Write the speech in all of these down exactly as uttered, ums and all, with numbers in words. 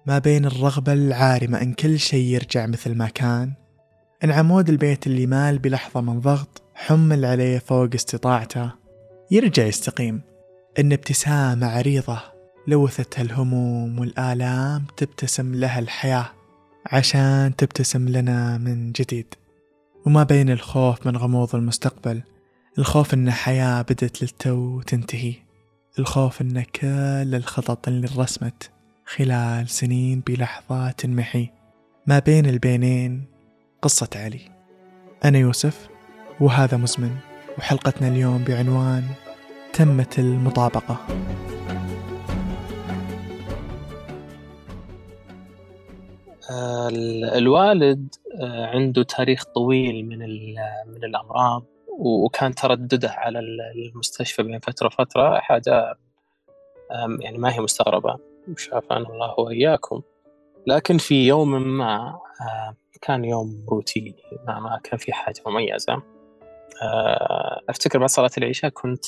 ما بين الرغبة العارمة أن كل شيء يرجع مثل ما كان، أن عمود البيت اللي مال بلحظة من ضغط حمل عليه فوق استطاعته يرجع يستقيم، أن ابتسامة عريضة لوثتها الهموم والآلام تبتسم لها الحياة عشان تبتسم لنا من جديد. وما بين الخوف من غموض المستقبل، الخوف أن حياة بدت للتو تنتهي، الخوف أن كل الخطط اللي رسمت خلال سنين بلحظة تنمحي. ما بين البينين قصة علي. أنا يوسف وهذا مزمن، وحلقتنا اليوم بعنوان تمت المطابقة. الوالد عنده تاريخ طويل من من الأمراض، وكان تردده على المستشفى بين فترة وفترة حاجة يعني ما هي مستغربة، مش عافانا الله وإياكم. لكن في يوم ما كان يوم روتيني، ما, ما كان في حاجة مميزة. أفتكر بعد صلاة العشاء كنت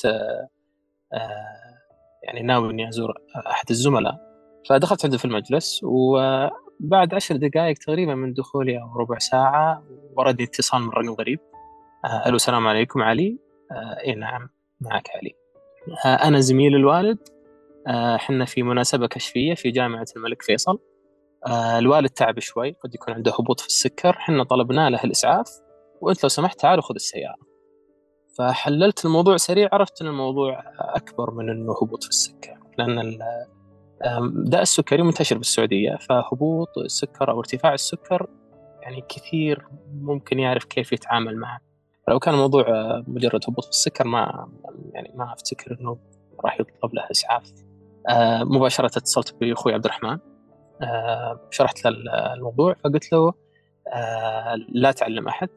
يعني ناوي إني أزور أحد الزملاء، فدخلت عنده في المجلس، وبعد عشر دقائق تقريبا من دخولي أو ربع ساعة وردني اتصال من رقم غريب. ألو السلام عليكم علي. إيه نعم معك علي، أنا زميل الوالد، حنا في مناسبة كشفية في جامعة الملك فيصل. الوالد تعب شوي، قد يكون عنده هبوط في السكر، حنا طلبنا له الإسعاف، وأنت لو سمحت تعال خذ السيارة. فحللت الموضوع سريع، عرفت أن الموضوع أكبر من أنه هبوط في السكر، لأن داء السكري منتشر بالسعودية، فهبوط السكر أو ارتفاع السكر يعني كثير ممكن يعرف كيف يتعامل معه. لو كان الموضوع مجرد هبوط في السكر ما يعني ما أفتكر أنه راح يطلب له إسعاف. مباشرة اتصلت بأخوي عبد الرحمن، شرحت له الموضوع، فقلت له لا تعلم أحد،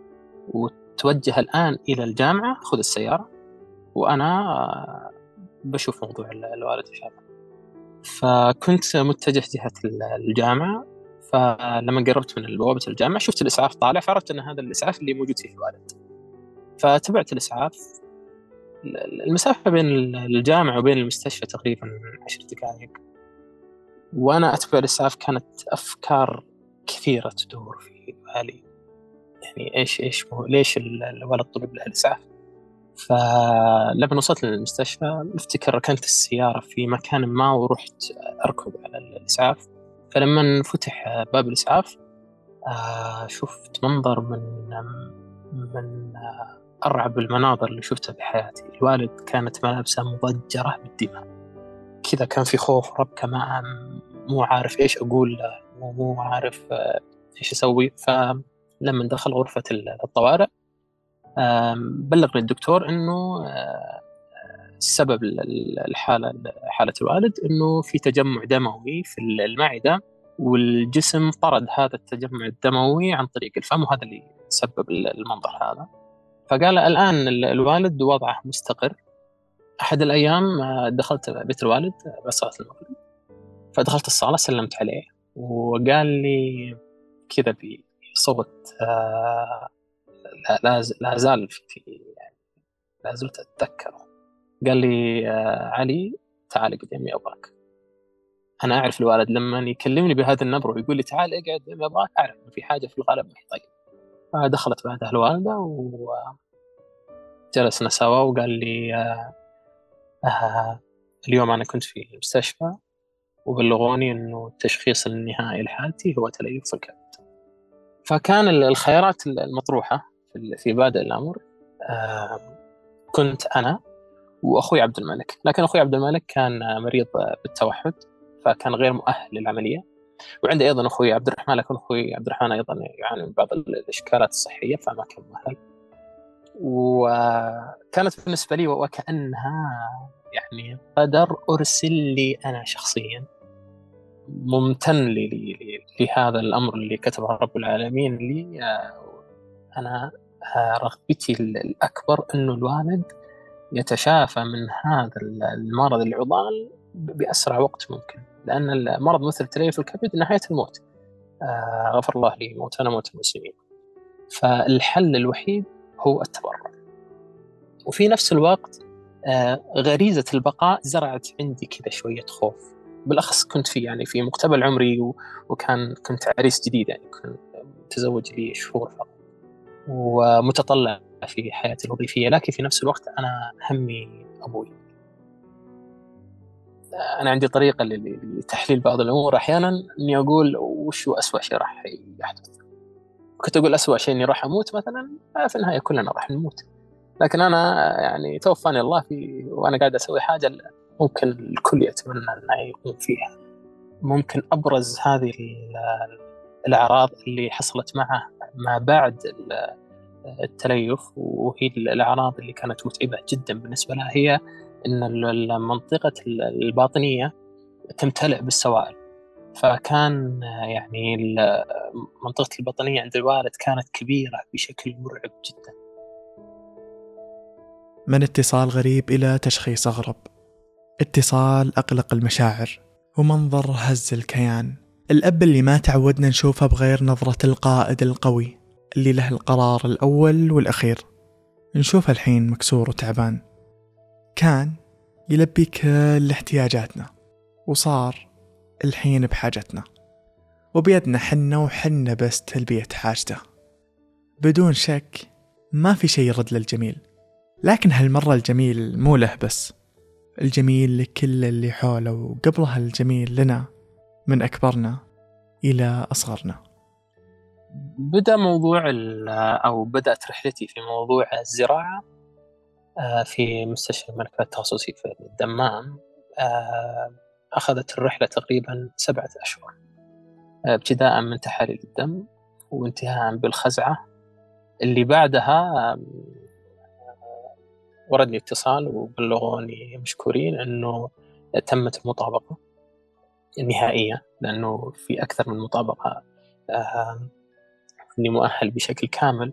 وتوجه الآن إلى الجامعة، خذ السيارة وأنا بشوف موضوع الوالد إن شاء الله. فكنت متجه جهة الجامعة، فلما قربت من بوابة الجامعة شفت الإسعاف طالع، فعرفت أن هذا الإسعاف اللي موجود فيه الوالد، فتبعت الإسعاف. المسافة بين الجامعة وبين المستشفى تقريبا عشر دقائق، وأنا أتبع الإسعاف كانت أفكار كثيرة تدور في بالي، يعني إيش إيش ليش الولد طلب له الإسعاف. فلما وصلت للمستشفى افتكر ركنت السيارة في مكان ما ورحت أركض على الإسعاف. فلما فتح باب الإسعاف شفت منظر من من أرعب المناظر اللي شفتها بحياتي. الوالد كانت ملابسه مضجرة بالدماء، كذا كان في خوف ربكة، ما مو عارف إيش أقول له، مو عارف إيش أسوي. فلما دخل غرفة الطوارئ بلغني الدكتور إنه السبب الحالة حالة الوالد إنه في تجمع دموي في المعدة، والجسم طرد هذا التجمع الدموي عن طريق الفم، وهذا اللي سبب المنظر هذا. فقال الآن الوالد وضعه مستقر. أحد الأيام دخلت بيت الوالد بعد صلاة المغرب، فدخلت الصالة سلمت عليه، وقال لي كذا بصوت آه لا, لا زال في يعني لا زلت أتذكره. قال لي آه علي تعال قدامي أبغاك. أنا أعرف الوالد لما يكلمني بهذا النبر ويقول لي تعال اقعد قدامي أبغاك، أعرف إن في حاجة في الغالب ما هي طيب. فدخلت بعدها الوالدة وجلسنا سوا، وقال لي آه آه اليوم أنا كنت في المستشفى وبلغوني أنه التشخيص النهائي لحالتي هو تليف في الكبد. فكان الخيارات المطروحة في بادئ الأمر آه كنت أنا وأخوي عبد الملك، لكن أخوي عبد الملك كان مريض بالتوحد فكان غير مؤهل للعملية، وعندي أيضا أخوي عبد الرحمن، لكن أخوي عبد الرحمن أيضا يعاني من بعض الإشكالات الصحية فما كان مؤهل. وكانت بالنسبة لي وكأنها يعني قدر أرسل لي أنا شخصيا، ممتن لي لهذا الأمر اللي كتبه رب العالمين لي. أنا رغبتي الأكبر أنه الوالد يتشافى من هذا المرض العضال بأسرع وقت ممكن، لأن المرض مثل تليف الكبد نهاية الموت. غفر الله لي موتنا موت المسلمين. فالحل الوحيد هو التبرع. وفي نفس الوقت غريزة البقاء زرعت عندي كذا شوية خوف بالأخص كنت في يعني في مقتبل عمري، وكان كنت عريس جديد، يعني كنت متزوج لي شهور فقط ومتطلع في حياتي الوظيفية، لكن في نفس الوقت أنا همي أبوي. أنا عندي طريقة لتحليل بعض الأمور أحيانا، إني أقول وش هو أسوأ شيء راح يحدث. كنت أقول أسوأ شيء إني راح أموت مثلا، في النهاية كلنا راح نموت، لكن أنا يعني توفاني الله في وأنا قاعد أسوي حاجة ممكن الكل يتمنى أنه يقوم فيها. ممكن أبرز هذه الأعراض اللي حصلت معه ما بعد التليف، وهي الأعراض اللي كانت متعبة جدا بالنسبة لها، هي أن المنطقة الباطنية تمتلئ بالسوائل. فكان يعني منطقة البطنية عند الوالد كانت كبيرة بشكل مرعب جدا. من اتصال غريب إلى تشخيص أغرب، اتصال أقلق المشاعر ومنظر هز الكيان. الأب اللي ما تعودنا نشوفه بغير نظرة القائد القوي اللي له القرار الأول والأخير، نشوفه الحين مكسور وتعبان. كان يلبي كل احتياجاتنا، وصار الحين بحاجتنا، وبيدنا حنا وحنا بس تلبية حاجته. بدون شك ما في شيء يرد للجميل، لكن هالمرة الجميل مو له بس، الجميل لكل اللي حوله، وقبلها الجميل لنا من أكبرنا إلى أصغرنا. بدأ موضوع أو بدأت رحلتي في موضوع الزراعة في مستشفى الملك فهد التخصصي في الدمام. أخذت الرحلة تقريبا سبعة أشهر، ابتداء من تحاليل الدم وانتهاء بالخزعة. اللي بعدها وردني اتصال وبلغوني مشكورين أنه تمت المطابقة النهائية، لأنه في أكثر من مطابقة أني مؤهل بشكل كامل.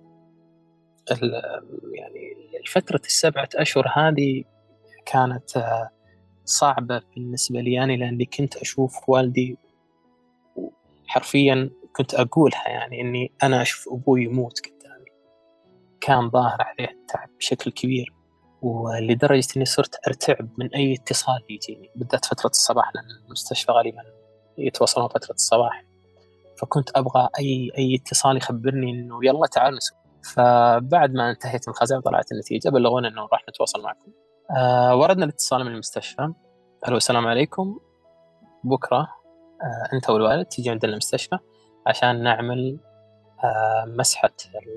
يعني فترة السبعة أشهر هذه كانت صعبة بالنسبة لي أنا، لأني كنت أشوف والدي حرفيا، كنت أقولها يعني أني أنا أشوف أبوي يموت قدامي. كان ظاهر عليه التعب بشكل كبير، ولدرجة أني صرت أرتعب من أي اتصال يجيني، بالذات فترة الصباح، لأن المستشفى غالبا يتواصلون فترة الصباح، فكنت أبغى أي أي اتصال يخبرني إنه يلا تعال نسوي. فبعد ما انتهيت من الخزعة وطلعت النتيجة بلغونا إنه راح نتواصل معكم. آه وردنا الاتصال من المستشفى: ألو السلام عليكم، بكرة آه أنت والوالد تيجي عندنا المستشفى عشان نعمل آه مسحة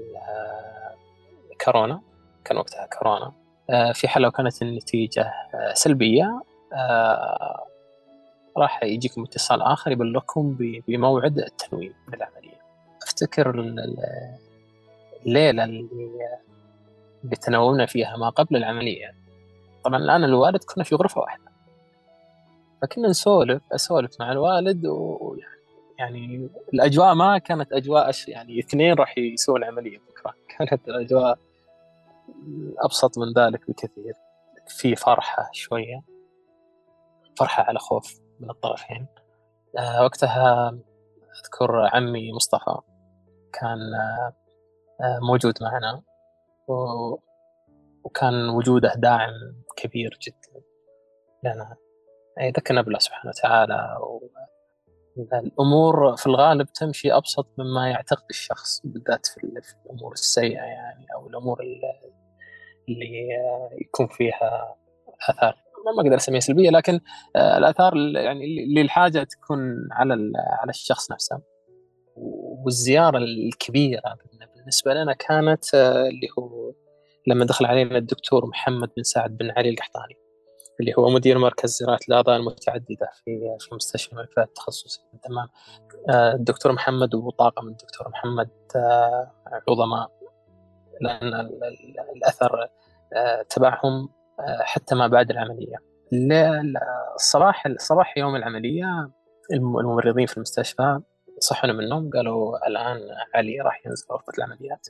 كورونا. كان وقتها كورونا. آه في حال لو كانت النتيجة آه سلبية آه راح يجيكم اتصال آخر يبلغكم بموعد التنويم للعملية. أفتكر الليلة اللي تناولنا فيها ما قبل العملية، طبعا الآن الوالد كنا في غرفة واحدة، فكنا نسولف أسولف مع الوالد، ويعني يعني الأجواء ما كانت أجواء يعني اثنين راح يسوون العملية بكرة، كانت الأجواء أبسط من ذلك بكثير. في فرحة شوية، فرحة على خوف من الطرفين. أه وقتها أذكر عمي مصطفى كان أه موجود معنا، وكان وجوده داعم كبير جدا لنا. ذكرنا بالله سبحانه وتعالى، والأمور في الغالب تمشي أبسط مما يعتقد الشخص، بالذات في الأمور السيئة يعني، أو الأمور اللي يكون فيها آثار ما أقدر أسميها سلبية، لكن الآثار يعني اللي الحاجة تكون على على الشخص نفسه. والزيارة الكبيرة بالنسبة لنا كانت اللي هو لما دخل علينا الدكتور محمد بن سعد بن علي القحطاني، اللي هو مدير مركز زراعة الأعضاء المتعددة في في مستشفى الملك فهد التخصصي. تمام. الدكتور محمد وطاقم الدكتور محمد عظماء، لأن الأثر تبعهم حتى ما بعد العملية. الصباح الصباح يوم العملية الممرضين في المستشفى صحنا من النوم، قالوا الآن علي راح ينزل غرفة العمليات.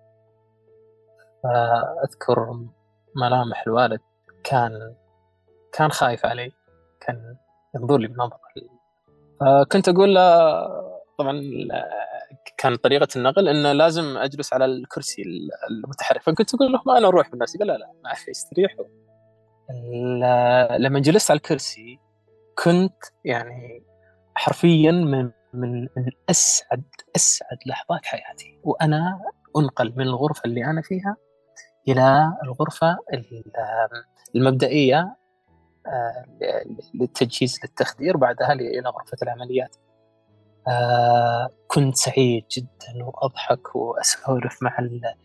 فأذكر ملامح الوالد، كان كان خايف علي، كان ينظر لي بنظرة. كنت أقول له طبعا كان طريقة النقل إنه لازم أجلس على الكرسي المتحرك، فكنت أقول له ما أنا أروح بالنفسي. قال لا لا ما في، استريحوا. لما جلست على الكرسي كنت يعني حرفيا من من من أسعد أسعد لحظات حياتي، وأنا أنقل من الغرفة اللي أنا فيها إلى الغرفة المبدئية للتجهيز للتخدير، بعدها إلى غرفة العمليات. كنت سعيد جدا وأضحك وأسولف مع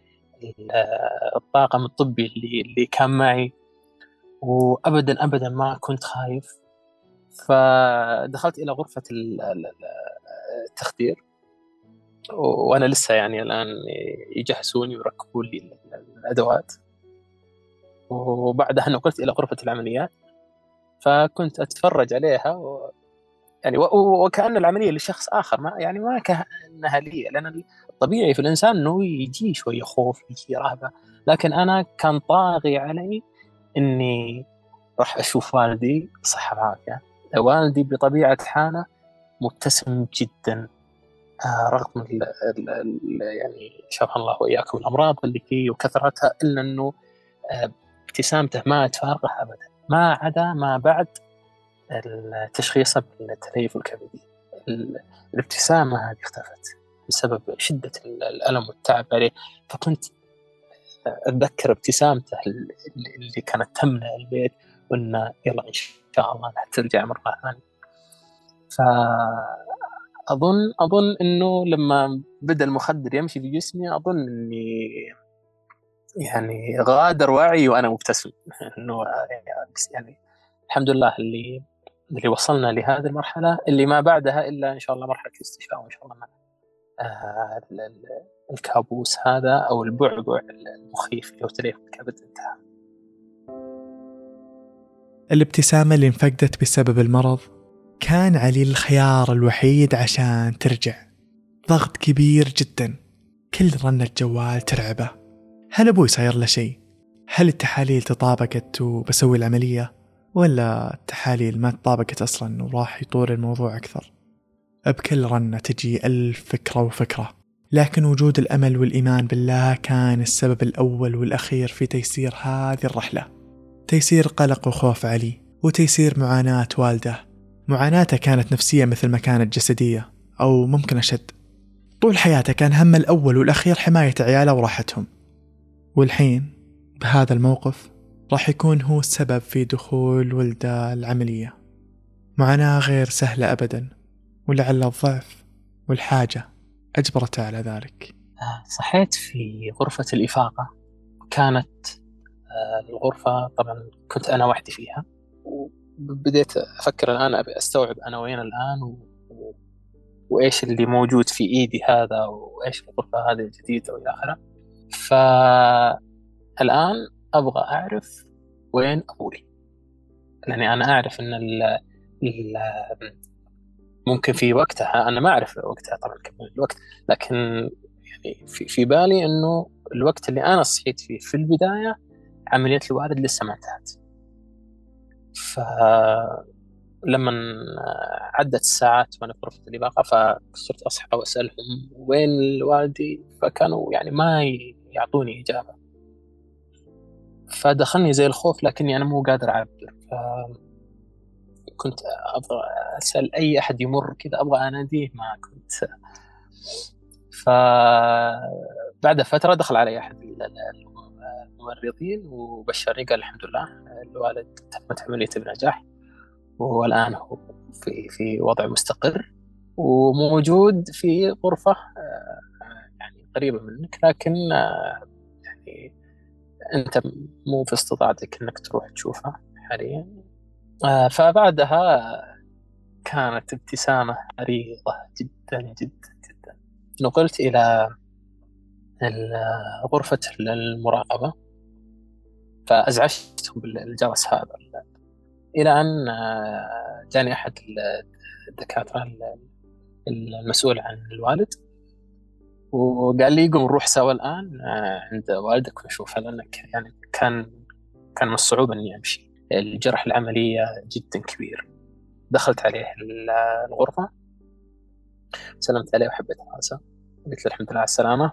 الطاقم الطبي اللي اللي كان معي، وأبدا أبدا ما كنت خايف. فدخلت إلى غرفة التخدير وأنا لسه يعني الآن يجهزوني ويركبون لي الأدوات، وبعدها نقلت إلى غرفة العمليات. فكنت أتفرج عليها و... يعني و... وكأن العملية لشخص آخر، ما يعني ما كأنها لي، لأن الطبيعي في الإنسان إنه يجي شوية خوف، يجي رهبة، لكن أنا كان طاغي علي إني راح أشوف والدي صحة وعافية. والدي بطبيعة حاله مبتسم جدا، آه رغم ال ال ال يعني شفى الله وإياكم الأمراض اللي فيه وكثرتها، إلا أنه آه ابتسامته ما تفارقه أبدا، ما عدا ما بعد التشخيص بالتليف الكبدي. الابتسامة هذه اختفت بسبب شدة الألم والتعب عليه. فكنت أتذكر ابتسامته اللي كانت تملأ البيت، وإنه يلا إن شاء الله رح ترجع مرة ثانية. فأظن أظن إنه لما بدأ المخدر يمشي في جسمي، أظن إني يعني غادر وعي وأنا مبتسم. إنه يعني الحمد لله اللي اللي وصلنا لهذه المرحلة اللي ما بعدها إلا إن شاء الله مرحلة الاستشفاء، وإن شاء الله ما آه الكابوس هذا أو البعبع المخيف اللي هو تليف الكبد انتهى. الابتسامة اللي انفقدت بسبب المرض كان علي الخيار الوحيد عشان ترجع. ضغط كبير جدا، كل رنة جوال ترعبه. هل أبوي صاير له شيء؟ هل التحاليل تطابقت وبسوي العملية؟ ولا التحاليل ما تطابقت أصلا وراح يطول الموضوع أكثر؟ بكل رنة تجي ألف فكرة وفكرة، لكن وجود الأمل والإيمان بالله كان السبب الأول والأخير في تيسير هذه الرحلة، تيسير قلق وخوف علي، وتيسير معاناة والده. معاناته كانت نفسية مثل ما كانت جسدية، أو ممكن أشد. طول حياته كان هم الأول والأخير حماية عياله وراحتهم، والحين بهذا الموقف راح يكون هو السبب في دخول ولده العملية. معاناة غير سهلة أبدا، ولعل الضعف والحاجة أجبرته على ذلك. صحيت في غرفة الإفاقة. كانت الغرفة طبعا كنت أنا وحدي فيها، وبديت أفكر الآن أبي أستوعب أنا وين الآن و... و... وإيش اللي موجود في إيدي هذا، وإيش الغرفة هذه الجديدة وإلى آخره. فالآن أبغى أعرف وين أبوي، لأني أنا أعرف أن ال... ال... ممكن في وقتها، أنا ما أعرف وقتها طبعا كم الوقت، لكن يعني في, في بالي أنه الوقت اللي أنا صحيت فيه في البداية عملية الوالد لسه ما انتهت. فلما عدت الساعات وأنا في غرفة الإباقة فصرت أصحى وأسألهم وين والدي، فكانوا يعني ما يعطوني إجابة. فدخلني زي الخوف، لكني أنا مو قادر أعبر. كنت أبغى أسأل أي أحد يمر كذا، أبغى أناديه، ما كنت. فبعد فترة دخل علي أحد الممرضين وبشرني، قال الحمد لله الوالد تمت عمليته بنجاح، والآن هو في في وضع مستقر وموجود في غرفة يعني قريبة منك، لكن يعني أنت مو في استطاعتك أنك تروح تشوفها حاليا. فبعدها كانت ابتسامة عريضة جدا جدا جدا. نقلت إلى غرفة المراقبة، فأزعجتهم بالجرس هذا، إلى أن جاني أحد الدكاترة المسؤول عن الوالد وقال لي قم نروح سوا الآن عند والدك ونشوفه، لأنك يعني كان كان من الصعوبة إني أمشي، الجرح العملية جدا كبير. دخلت عليه الغرفة، سلمت عليه وحبيت راسه، قلت له الحمد لله على السلامة.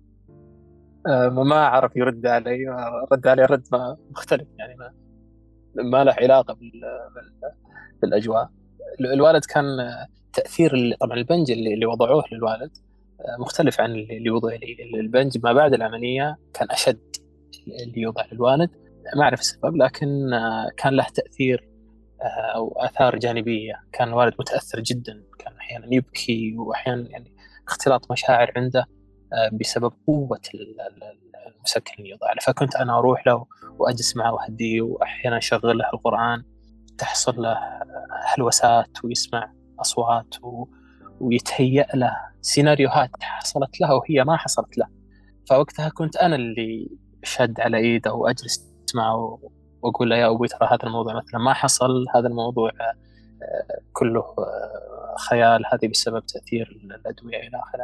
ما عرف يرد علي، رد علي رد ما مختلف يعني ما ما له علاقة بالأجواء. الوالد كان تأثير طبعا البنج اللي, اللي وضعوه للوالد مختلف عن اللي وضع لي. البنج ما بعد العملية كان أشد اللي يوضع للوالد، ما أعرف السبب، لكن كان له تأثير أو آثار جانبية. كان الوالد متأثر جدا، كان أحيانا يبكي وأحيانا يعني اختلاط مشاعر عنده بسبب قوة المسكن اللي يوضع له. فكنت أنا أروح له وأجلس معه وأهديه، وأحيانا أشغل له القرآن، تحصل له هلوسات ويسمع أصوات و... ويتهيأ له سيناريوهات حصلت له وهي ما حصلت له. فوقتها كنت أنا اللي شد على إيده وأجلس معه وأقول له يا أبوي ترى هذا الموضوع مثلا ما حصل، هذا الموضوع كله خيال، هذه بسبب تأثير الأدوية إلى آخره.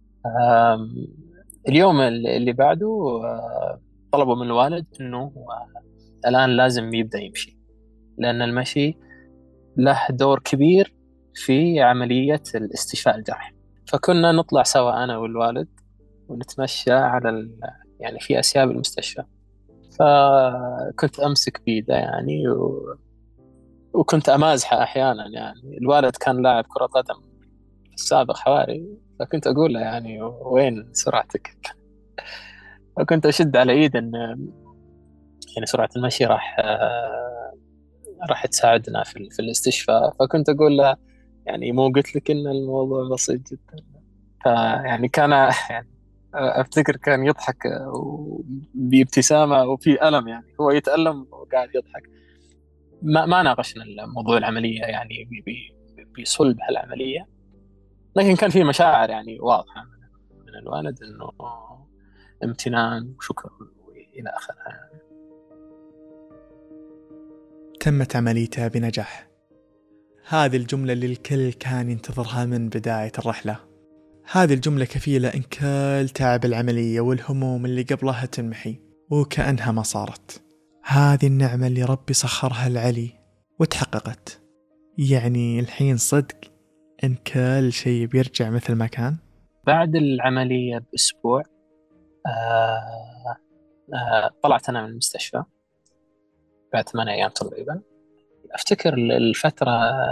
اليوم اللي بعده طلبوا من الوالد أنه الآن لازم يبدأ يمشي، لأن المشي له دور كبير في عملية الاستشفاء الجرحي. فكنا نطلع سوا أنا والوالد ونتمشى على ال... يعني في أسياب المستشفى. فكنت أمسك بيده يعني و... وكنت أمازحه أحيانا. يعني الوالد كان لاعب كرة قدم في السابق حواري، فكنت أقول له يعني وين سرعتك؟ فكنت أشد على إيد أن يعني سرعة المشي راح راح تساعدنا في, في الاستشفاء. فكنت أقول له يعني مو قلت لك إن الموضوع بسيط جدا. فيعني كان يعني أفتكر كان يضحك بابتسامة وفي ألم، يعني هو يتألم وقاعد يضحك. ما ما ناقشنا الموضوع العملية يعني بصلب هالعملية، لكن كان في مشاعر يعني واضحة من الوالد إنه امتنان وشكر إلى آخره. يعني. تمت عمليته بنجاح. هذه الجملة اللي الكل كان ينتظرها من بداية الرحلة. هذه الجملة كفيلة إن كل تعب العملية والهموم اللي قبلها تنمحي وكأنها ما صارت. هذه النعمة اللي ربي سخرها لعلي وتحققت. يعني الحين صدق إن كل شيء بيرجع مثل ما كان. بعد العملية بأسبوع آه آه طلعت أنا من المستشفى بعد ثمانية أيام تقريبا. أفتكر الفترة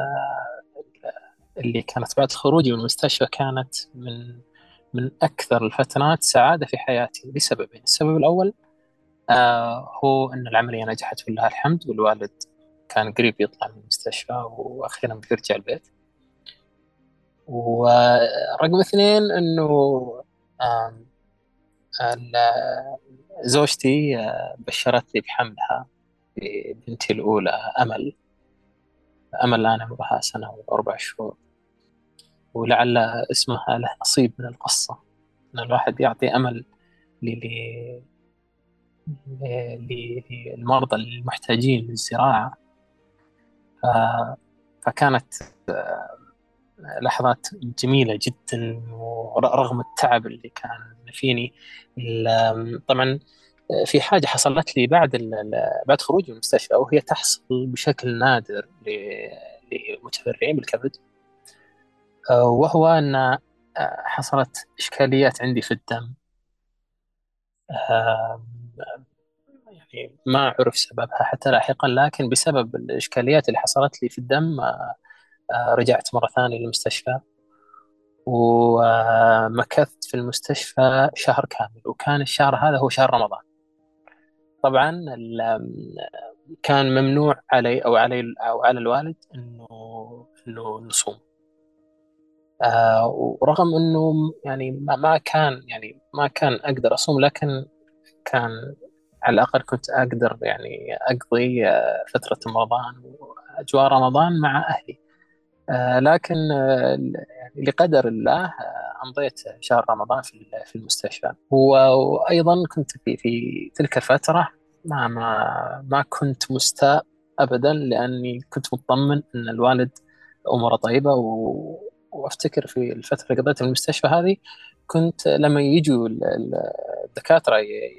اللي كانت بعد خروجي من المستشفى كانت من من أكثر الفترات سعادة في حياتي لسببين. السبب الأول آه هو أن العملية نجحت ولله الحمد، والوالد كان قريب يطلع من المستشفى وأخيرا بيرجع البيت. ورقم اثنين أنه آه زوجتي بشرتني بحملها ببنتي الأولى أمل. أمل الآن عمرها سنة وأربع شهور، ولعل اسمها له نصيب من القصة، أن الواحد يعطي أمل للمرضى المحتاجين للزراعة. فكانت لحظات جميلة جدا ورغم التعب اللي كان فيني. طبعا في حاجة حصلت لي بعد بعد خروجي من المستشفى، وهي تحصل بشكل نادر لمتبرعين بالكبد، وهو أن حصلت إشكاليات عندي في الدم. يعني ما عرف سببها حتى لاحقا، لكن بسبب الإشكاليات اللي حصلت لي في الدم رجعت مرة ثانية للمستشفى، ومكثت في المستشفى شهر كامل، وكان الشهر هذا هو شهر رمضان. طبعا كان ممنوع علي أو علي أو على الوالد إنه إنه نصوم. آه ورغم إنه يعني ما كان يعني ما كان أقدر أصوم، لكن كان على الأقل كنت أقدر يعني أقضي فترة رمضان وأجواء رمضان مع أهلي. آه لكن آه يعني لقدر الله آه أمضيت شهر رمضان في في المستشفى. وأيضا كنت في في تلك الفترة ما ما ما كنت مستاء أبدا، لأني كنت مطمن أن الوالد أموره طيبة. وأفتكر في الفترة اللي قضيتها في المستشفى هذه كنت لما يجوا الدكاترة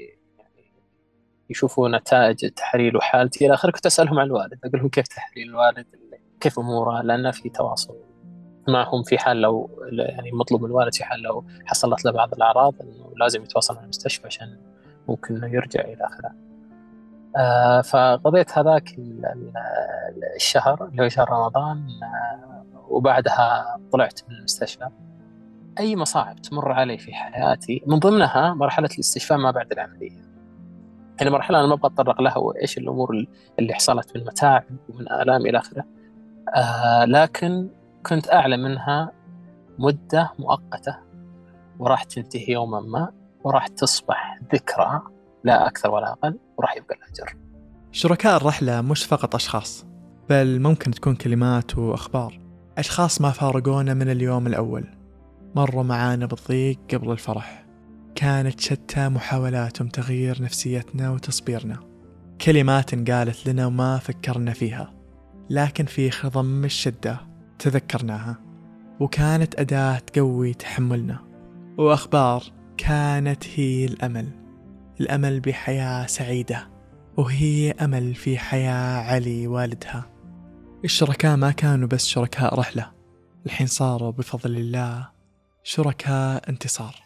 يشوفوا نتائج التحاليل وحالتي إلى آخره كنت أسألهم عن الوالد، أقول لهم كيف تحليل الوالد، كيف أموره، لأن في تواصل معهم في حال لو يعني مطلوب من الوالد في حال لو حصلت له بعض الأعراض أنه لازم يتواصل مع المستشفى عشان ممكن إنه يرجع إلى آخره. آه فقضيت هذاك ال- ال- الشهر اللي هو شهر رمضان، آه وبعدها طلعت من المستشفى. أي مصاعب تمر علي في حياتي من ضمنها مرحلة الاستشفاء ما بعد العملية. يعني مرحلة أنا ما أبغى أتطرق لها وإيش الأمور اللي حصلت من متاعب ومن آلام إلى آخره، آه لكن كنت أعلم منها مدة مؤقتة وراح تنتهي يوما ما، وراح تصبح ذكرى لا أكثر ولا أقل، وراح يبقى الأجر. شركاء الرحلة مش فقط أشخاص، بل ممكن تكون كلمات وأخبار. أشخاص ما فارقونا من اليوم الأول، مروا معانا بالضيق قبل الفرح. كانت شتى محاولاتهم تغيير نفسيتنا وتصبيرنا. كلمات انقالت لنا وما فكرنا فيها، لكن في خضم الشدة تذكرناها، وكانت أداة تقوي تحملنا. وأخبار كانت هي الأمل، الأمل بحياة سعيدة، وهي أمل في حياة علي والدها. الشركاء ما كانوا بس شركاء رحلة، الحين صاروا بفضل الله شركاء انتصار.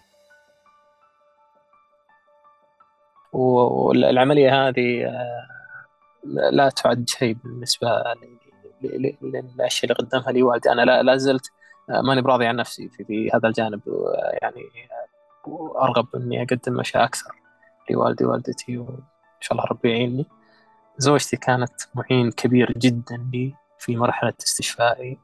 والعملية هذه لا تعد شيء بالنسبة للأشياء اللي قدمها لي والدي. أنا لا, لا زلت ماني براضي عن نفسي في, في هذا الجانب، يعني وأرغب أني أقدم أشياء أكثر لوالدي ووالدتي، وإن شاء الله ربي يعيني. زوجتي كانت معين كبير جدا لي في مرحلة استشفائي،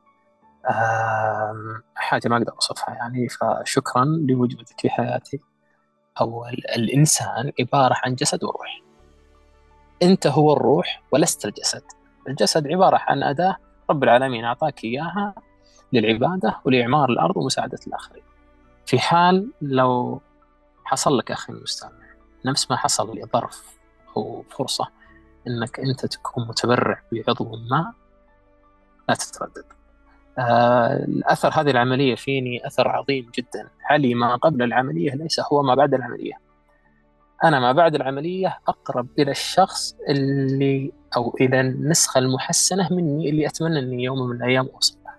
حاجة ما أقدر أوصفها يعني. فشكرا لوجودك في حياتي. أو الإنسان عبارة عن جسد وروح، أنت هو الروح ولست الجسد. الجسد عبارة عن أداة رب العالمين أعطاك إياها للعبادة ولإعمار الأرض ومساعدة الآخرين. في حال لو حصل لك أخي المستمع نفس ما حصل لي، ظرف أو فرصة أنك أنت تكون متبرع بعضو ما، لا تتردد. آه الأثر هذه العملية فيني أثر عظيم جدا. علي ما قبل العملية ليس هو ما بعد العملية. أنا ما بعد العملية أقرب إلى الشخص اللي أو إلى النسخة المحسنة مني اللي أتمنى أني يوم من الأيام أوصل لها.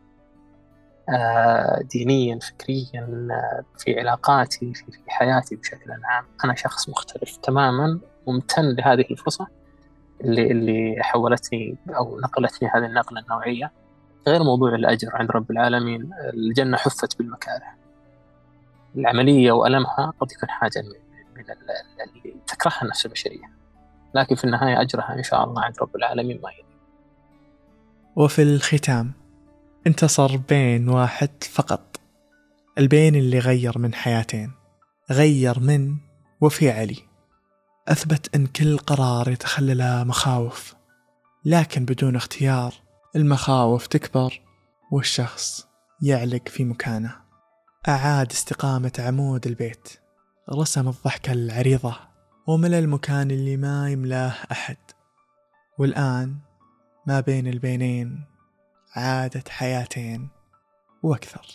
آه دينيا، فكريا، آه في علاقاتي، في, في حياتي بشكل عام، أنا شخص مختلف تماما. ممتن لهذه الفرصة اللي اللي حولتني أو نقلتني هذه النقلة النوعية. غير موضوع الأجر عند رب العالمين، الجنة حفت بالمكاره. العملية وألمها قد يكون حاجة من اللي تكرهها النفس البشرية، لكن في النهاية أجرها إن شاء الله عند رب العالمين ما يدري. وفي الختام انتصر بين واحد فقط، البين اللي غير من حياتين، غير من وفي علي. أثبت أن كل قرار يتخلله مخاوف، لكن بدون اختيار المخاوف تكبر والشخص يعلق في مكانه. أعاد استقامة عمود البيت، رسم الضحكة العريضة وملأ المكان اللي ما يملاه أحد. والآن ما بين البينين عادت حياتين وأكثر.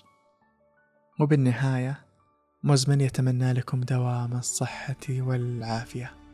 وبالنهاية مزمن يتمنى لكم دوام الصحة والعافية.